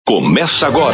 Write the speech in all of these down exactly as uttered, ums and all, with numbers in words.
Começa agora.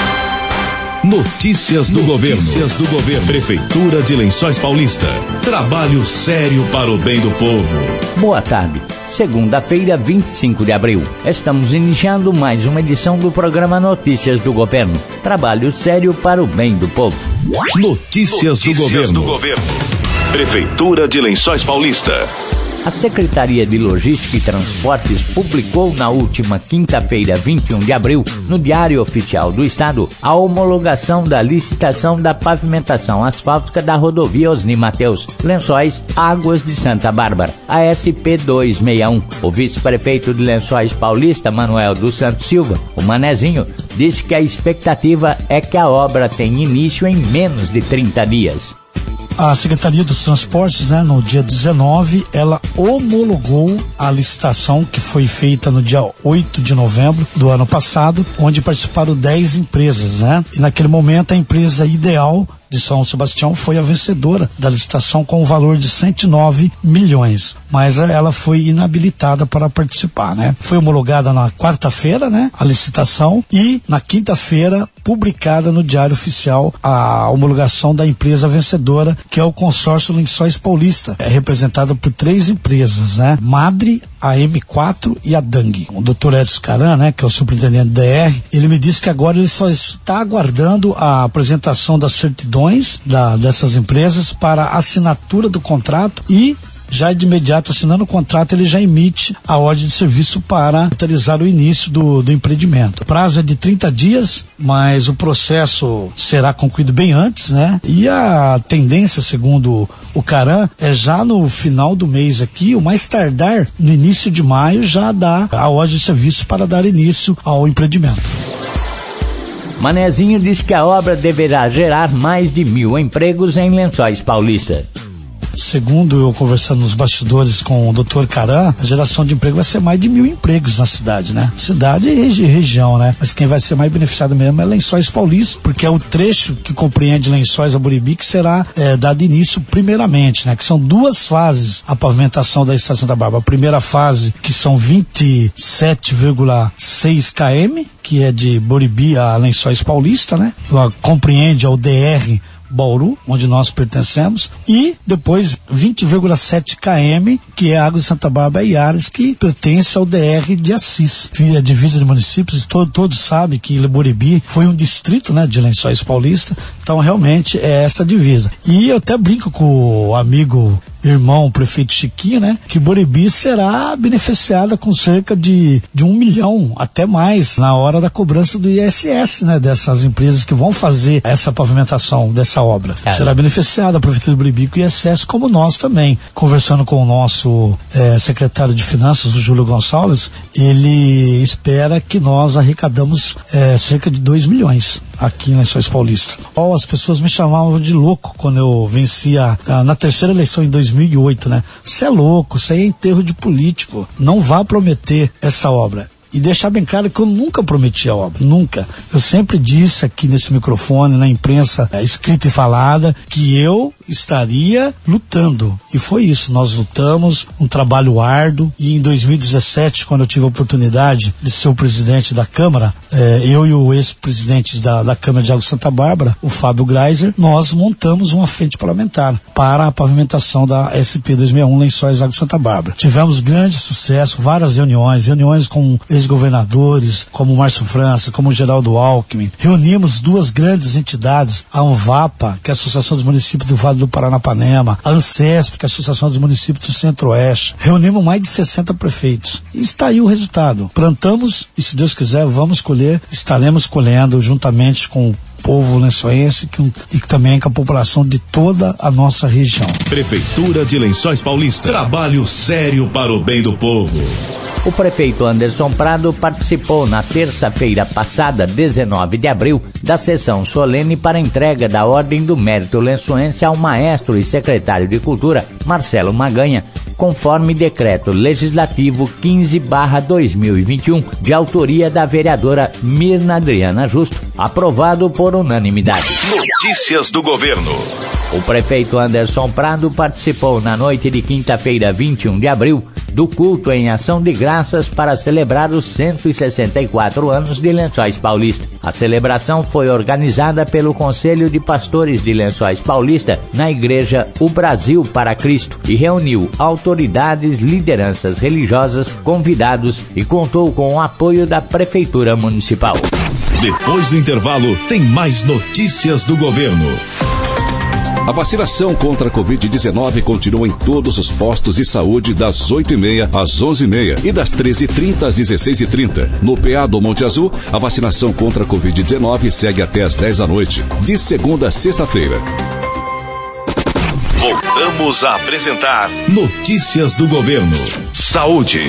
Notícias do Notícias governo. Notícias do governo. Prefeitura de Lençóis Paulista. Trabalho sério para o bem do povo. Boa tarde. Segunda-feira, vinte e cinco de abril. Estamos iniciando mais uma edição do programa Notícias do Governo. Trabalho sério para o bem do povo. Notícias, Notícias do, governo. do governo. Prefeitura de Lençóis Paulista. A Secretaria de Logística e Transportes publicou na última quinta-feira, vinte e um de abril, no Diário Oficial do Estado, a homologação da licitação da pavimentação asfáltica da rodovia Osni Mateus, Lençóis, Águas de Santa Bárbara, a S P duzentos e sessenta e um. O vice-prefeito de Lençóis Paulista, Manuel dos Santos Silva, o Manezinho, disse que a expectativa é que a obra tenha início em menos de trinta dias. A Secretaria dos Transportes, né, no dia dezenove, ela homologou a licitação que foi feita no dia oito de novembro do ano passado, onde participaram dez empresas, né? E naquele momento a empresa Ideal de São Sebastião foi a vencedora da licitação com o valor de cento e nove milhões, mas ela foi inabilitada para participar, né? Foi homologada na quarta-feira, né, a licitação, e na quinta-feira publicada no Diário Oficial a homologação da empresa vencedora, que é o consórcio Lençóis Paulista. É representada por três empresas, né? Madre, a M quatro e a Dang. O doutor Edson Caran, né, que é o superintendente do D R, ele me disse que agora ele só está aguardando a apresentação das certidões da, dessas empresas para a assinatura do contrato, e já de imediato, assinando o contrato, ele já emite a ordem de serviço para autorizar o início do, do empreendimento. O prazo é de trinta dias, mas o processo será concluído bem antes, né? E a tendência, segundo o Caran, é já no final do mês aqui, o mais tardar, no início de maio, já dá a ordem de serviço para dar início ao empreendimento. Manezinho diz que a obra deverá gerar mais de mil empregos em Lençóis Paulista. Segundo eu conversando nos bastidores com o doutor Caran, a geração de emprego vai ser mais de mil empregos na cidade, né? Cidade e regi- região, né? Mas quem vai ser mais beneficiado mesmo é Lençóis Paulista, porque é o trecho que compreende Lençóis a Buribi que será é, dado início primeiramente, né? Que são duas fases a pavimentação da Estrada Santa Bárbara. A primeira fase, que são vinte e sete vírgula seis quilômetros, que é de Buribi a Lençóis Paulista, né? Compreende ao D R Bauru, onde nós pertencemos, e depois vinte vírgula sete quilômetros, que é a Água de Santa Bárbara e Ares, que pertence ao D R de Assis. A divisa de municípios, todo, todos sabem que Buribi foi um distrito, né, de Lençóis Paulista, então realmente é essa divisa. E eu até brinco com o amigo irmão, o prefeito Chiquinho, né, que Buribi será beneficiada com cerca de, de um milhão, até mais, na hora da cobrança do I S S, né, dessas empresas que vão fazer essa pavimentação dessa obra. É. Será beneficiada a Prefeitura de Buribi com o I S S, como nós também. Conversando com o nosso é, secretário de Finanças, o Júlio Gonçalves, ele espera que nós arrecadamos é, cerca de dois milhões aqui em Lençóis Paulista. Oh, as pessoas me chamavam de louco quando eu vencia ah, na terceira eleição em dois mil e oito, né? Você é louco, isso aí é enterro de político. Não vá prometer essa obra. E deixar bem claro que eu nunca prometi a obra, nunca. Eu sempre disse aqui nesse microfone, na imprensa é, escrita e falada, que eu estaria lutando. E foi isso, nós lutamos, um trabalho árduo, e em dois mil e dezessete, quando eu tive a oportunidade de ser o presidente da Câmara, é, eu e o ex-presidente da, da Câmara de Água de Santa Bárbara, o Fábio Greiser, nós montamos uma frente parlamentar para a pavimentação da S P duzentos e sessenta e um Lençóis Água de Santa Bárbara. Tivemos grande sucesso, várias reuniões, reuniões com ex-governadores, como o Márcio França, como o Geraldo Alckmin. Reunimos duas grandes entidades, a ANVAPA, que é a Associação dos Municípios do Vale do Paranapanema, a ANSESP, que é a Associação dos Municípios do Centro-Oeste. Reunimos mais de sessenta prefeitos. E está aí o resultado. Plantamos e, se Deus quiser, vamos colher, estaremos colhendo juntamente com o povo lençoense que, e também com a população de toda a nossa região. Prefeitura de Lençóis Paulista. Trabalho sério para o bem do povo. O prefeito Anderson Prado participou na terça-feira passada, dezenove de abril, da sessão solene para entrega da Ordem do Mérito Lençoense ao maestro e secretário de Cultura, Marcelo Maganha, conforme decreto legislativo quinze barra dois mil e vinte e um, de autoria da vereadora Mirna Adriana Justo, aprovado por unanimidade. Notícias do governo. O prefeito Anderson Prado participou na noite de quinta-feira, vinte e um de abril, do culto em ação de graças para celebrar os cento e sessenta e quatro anos de Lençóis Paulista. A celebração foi organizada pelo Conselho de Pastores de Lençóis Paulista na Igreja O Brasil para Cristo e reuniu autoridades, lideranças religiosas, convidados e contou com o apoio da Prefeitura Municipal. Depois do intervalo, tem mais notícias do governo. A vacinação contra a covid dezenove continua em todos os postos de saúde das oito e meia às onze e meia e das treze e trinta às dezesseis e trinta. No P A do Monte Azul, a vacinação contra a covid dezenove segue até às dez da noite, de segunda a sexta-feira. Voltamos a apresentar Notícias do Governo. Saúde.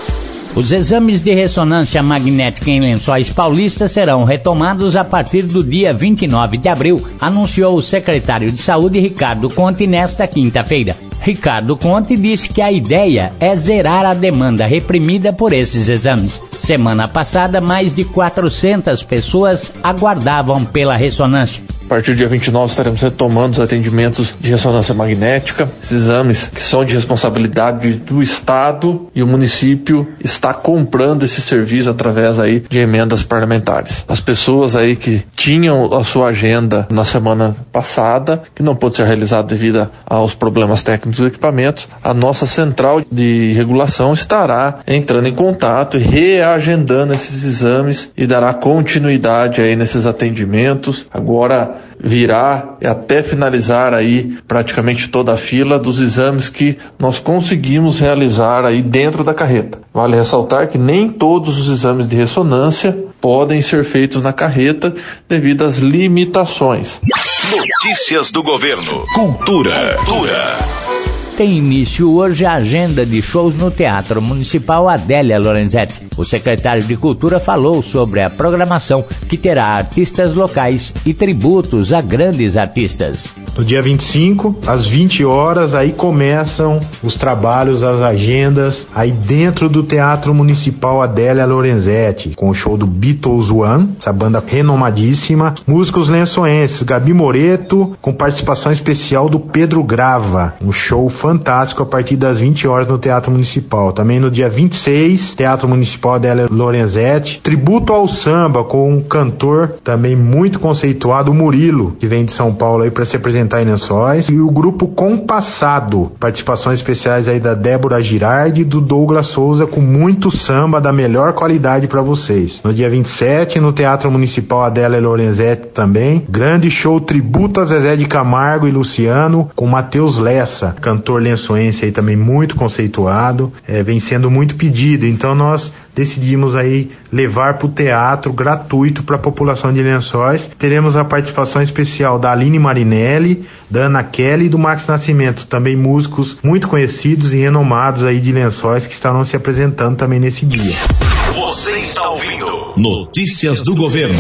Os exames de ressonância magnética em Lençóis Paulista serão retomados a partir do dia vinte e nove de abril, anunciou o secretário de Saúde Ricardo Conte nesta quinta-feira. Ricardo Conte disse que a ideia é zerar a demanda reprimida por esses exames. Semana passada, mais de quatrocentas pessoas aguardavam pela ressonância. A partir do dia vinte e nove estaremos retomando os atendimentos de ressonância magnética, esses exames que são de responsabilidade do Estado e o município está comprando esse serviço através aí de emendas parlamentares. As pessoas aí que tinham a sua agenda na semana passada, que não pôde ser realizada devido aos problemas técnicos dos equipamentos, a nossa central de regulação estará entrando em contato e reagendando esses exames e dará continuidade aí nesses atendimentos. Agora virá até finalizar aí praticamente toda a fila dos exames que nós conseguimos realizar aí dentro da carreta. Vale ressaltar que nem todos os exames de ressonância podem ser feitos na carreta devido às limitações. Notícias do governo. Cultura. Cultura. Tem início hoje a agenda de shows no Teatro Municipal Adélia Lorenzetti. O secretário de Cultura falou sobre a programação que terá artistas locais e tributos a grandes artistas. No dia vinte e cinco, às vinte horas, aí começam os trabalhos, as agendas, aí dentro do Teatro Municipal Adélia Lorenzetti, com o show do Beatles One, essa banda renomadíssima, músicos lençoenses, Gabi Moreto, com participação especial do Pedro Grava, um show fantástico a partir das vinte horas no Teatro Municipal. Também no dia vinte e seis, Teatro Municipal Adélia Lorenzetti, tributo ao samba, com um cantor também muito conceituado, o Murilo, que vem de São Paulo aí para se apresentar em Lençóis, e o grupo Compassado, participações especiais aí da Débora Girardi e do Douglas Souza, com muito samba da melhor qualidade para vocês. No dia vinte e sete, no Teatro Municipal Adélia Lorenzetti também, grande show tributo a Zezé de Camargo e Luciano, com Matheus Lessa, cantor lençoense aí também muito conceituado, é, vem sendo muito pedido, então nós decidimos aí levar para o teatro gratuito para a população de Lençóis. Teremos a participação especial da Aline Marinelli, da Ana Kelly e do Max Nascimento, também músicos muito conhecidos e renomados aí de Lençóis que estarão se apresentando também nesse dia. Você está ouvindo Notícias do Governo.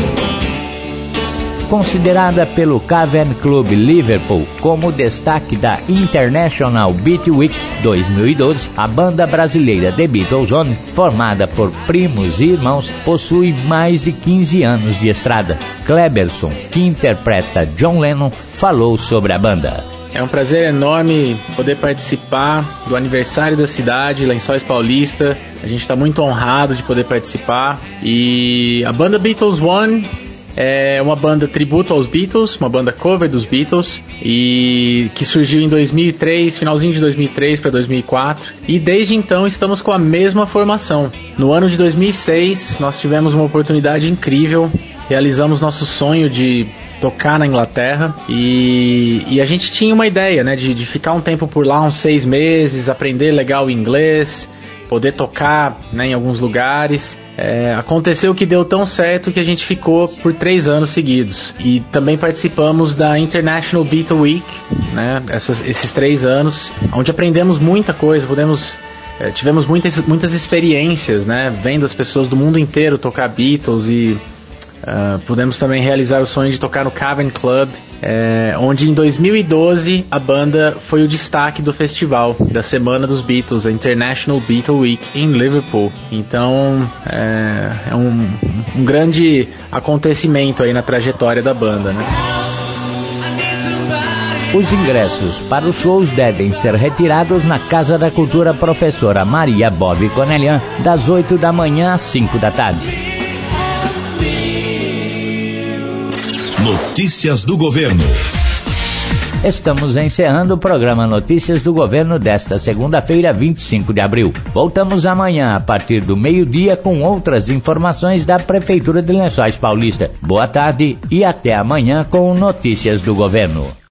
Considerada pelo Cavern Club Liverpool como destaque da International Beat Week dois mil e doze, a banda brasileira The Beatles One, formada por primos e irmãos, possui mais de quinze anos de estrada. Kleberson, que interpreta John Lennon, falou sobre a banda. É um prazer enorme poder participar do aniversário da cidade, Lençóis Paulista. A gente está muito honrado de poder participar. E a banda Beatles One é uma banda tributo aos Beatles, uma banda cover dos Beatles, e que surgiu em dois mil e três, finalzinho de dois mil e três para dois mil e quatro, e desde então estamos com a mesma formação. No ano de dois mil e seis nós tivemos uma oportunidade incrível, realizamos nosso sonho de tocar na Inglaterra, e, e a gente tinha uma ideia, né, de, de ficar um tempo por lá, uns seis meses, aprender legal o inglês, poder tocar, né, em alguns lugares. É, aconteceu que deu tão certo que a gente ficou por três anos seguidos. E também participamos da International Beat Week, né, essas, esses três anos, onde aprendemos muita coisa, podemos, é, tivemos muitas, muitas experiências, né, vendo as pessoas do mundo inteiro tocar Beatles, e uh, pudemos também realizar o sonho de tocar no Cavern Club, É, onde em dois mil e doze a banda foi o destaque do festival da Semana dos Beatles, a International Beatle Week em Liverpool. Então é, é um, um grande acontecimento aí na trajetória da banda, né? Os ingressos para os shows devem ser retirados na Casa da Cultura Professora Maria Bob Cornelian, das oito da manhã às cinco da tarde. Notícias do Governo. Estamos encerrando o programa Notícias do Governo desta segunda-feira, vinte e cinco de abril. Voltamos amanhã a partir do meio-dia com outras informações da Prefeitura de Lençóis Paulista. Boa tarde e até amanhã com Notícias do Governo.